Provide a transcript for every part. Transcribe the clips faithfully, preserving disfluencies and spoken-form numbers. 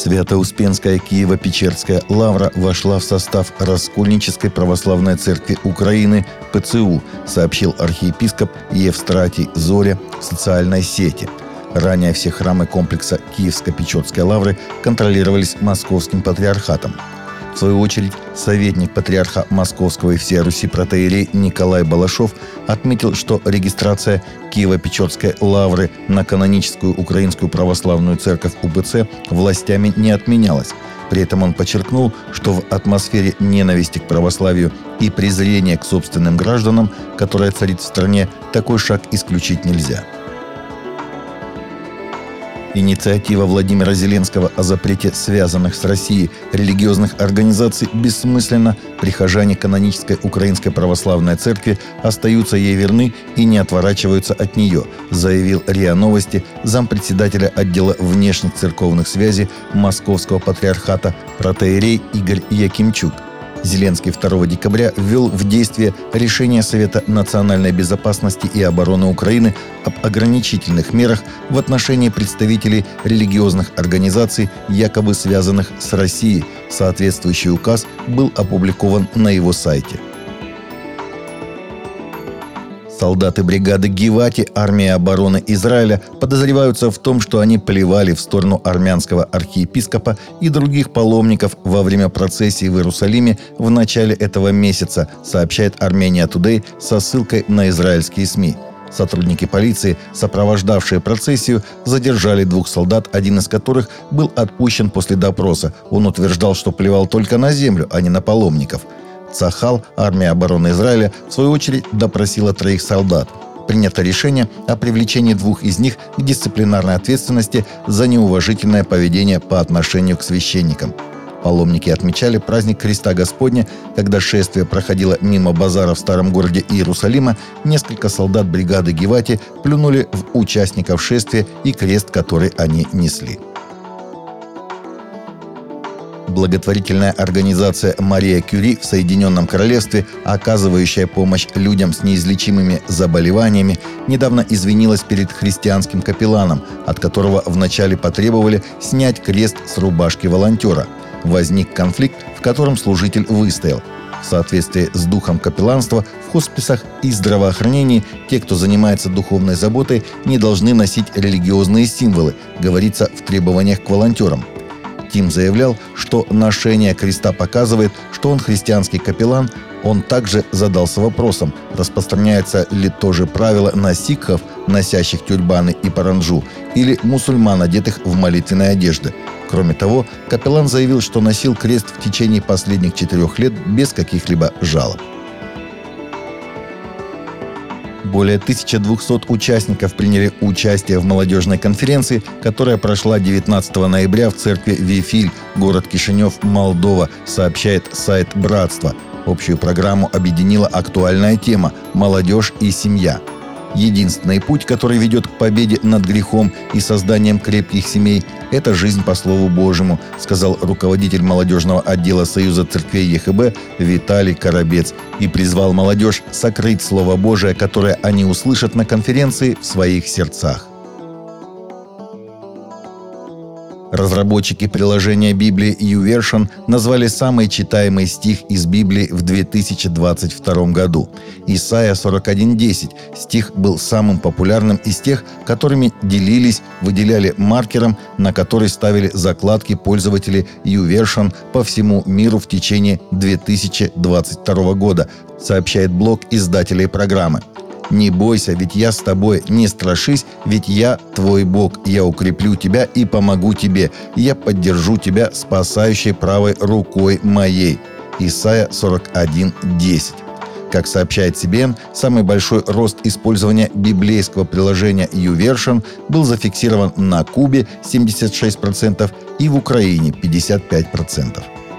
Свято-Успенская Киево-Печерская лавра вошла в состав Раскольнической православной церкви Украины ПЦУ, сообщил архиепископ Евстратий Зоря в социальной сети. Ранее все храмы комплекса Киевско-Печерской лавры контролировались Московским патриархатом. В свою очередь, советник патриарха Московского и всей Руси протоиерей Николай Балашов отметил, что регистрация Киево-Печерской лавры на каноническую Украинскую православную церковь УПЦ властями не отменялась. При этом он подчеркнул, что в атмосфере ненависти к православию и презрения к собственным гражданам, которая царит в стране, такой шаг исключить нельзя. Инициатива Владимира Зеленского о запрете связанных с Россией религиозных организаций бессмысленна. Прихожане канонической Украинской православной церкви остаются ей верны и не отворачиваются от нее, заявил РИА Новости зампредседателя отдела внешних церковных связей Московского патриархата протоиерей Игорь Якимчук. Зеленский второго декабря ввел в действие решение Совета национальной безопасности и обороны Украины об ограничительных мерах в отношении представителей религиозных организаций, якобы связанных с Россией. Соответствующий указ был опубликован на его сайте. Солдаты бригады Гивати армии обороны Израиля подозреваются в том, что они плевали в сторону армянского архиепископа и других паломников во время процессии в Иерусалиме в начале этого месяца, сообщает Armenia Today со ссылкой на израильские СМИ. Сотрудники полиции, сопровождавшие процессию, задержали двух солдат, один из которых был отпущен после допроса. Он утверждал, что плевал только на землю, а не на паломников. Цахал, армия обороны Израиля, в свою очередь допросила троих солдат. Принято решение о привлечении двух из них к дисциплинарной ответственности за неуважительное поведение по отношению к священникам. Паломники отмечали праздник Креста Господня, когда шествие проходило мимо базара в старом городе Иерусалима. Несколько солдат бригады Гивати плюнули в участников шествия и крест, который они несли. Благотворительная организация «Мария Кюри» в Соединенном Королевстве, оказывающая помощь людям с неизлечимыми заболеваниями, недавно извинилась перед христианским капелланом, от которого вначале потребовали снять крест с рубашки волонтера. Возник конфликт, в котором служитель выстоял. В соответствии с духом капелланства в хосписах и здравоохранении те, кто занимается духовной заботой, не должны носить религиозные символы, говорится в требованиях к волонтерам. Тим заявлял, что ношение креста показывает, что он христианский капеллан. Он также задался вопросом, распространяется ли то же правило на сикхов, носящих тюрбаны и паранджу, или мусульман, одетых в молитвенные одежды. Кроме того, капеллан заявил, что носил крест в течение последних четырех лет без каких-либо жалоб. Более тысяча двести участников приняли участие в молодежной конференции, которая прошла девятнадцатого ноября в церкви Вифиль, город Кишинев, Молдова, сообщает сайт «Братства». Общую программу объединила актуальная тема «Молодежь и семья». Единственный путь, который ведет к победе над грехом и созданием крепких семей – это жизнь по Слову Божьему, сказал руководитель молодежного отдела Союза церквей ЕХБ Виталий Коробец и призвал молодежь сокрыть Слово Божие, которое они услышат на конференции, в своих сердцах. Разработчики приложения Библии YouVersion назвали самый читаемый стих из Библии в две тысячи двадцать втором году. Исайя сорок один десять. Стих был самым популярным из тех, которыми делились, выделяли маркером, на который ставили закладки пользователи YouVersion по всему миру в течение две тысячи двадцать второго года, сообщает блог издателей программы. «Не бойся, ведь я с тобой, не страшись, ведь я твой Бог, я укреплю тебя и помогу тебе, я поддержу тебя спасающей правой рукой моей». Исайя сорок один десять. Как сообщает си би эн, самый большой рост использования библейского приложения YouVersion был зафиксирован на Кубе семьдесят шесть процентов и в Украине пятьдесят пять процентов.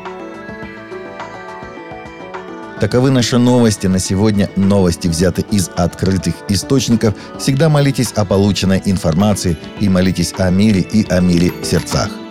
Таковы наши новости на сегодня. Новости взяты из открытых источников. Всегда молитесь о полученной информации и молитесь о мире и о мире в сердцах.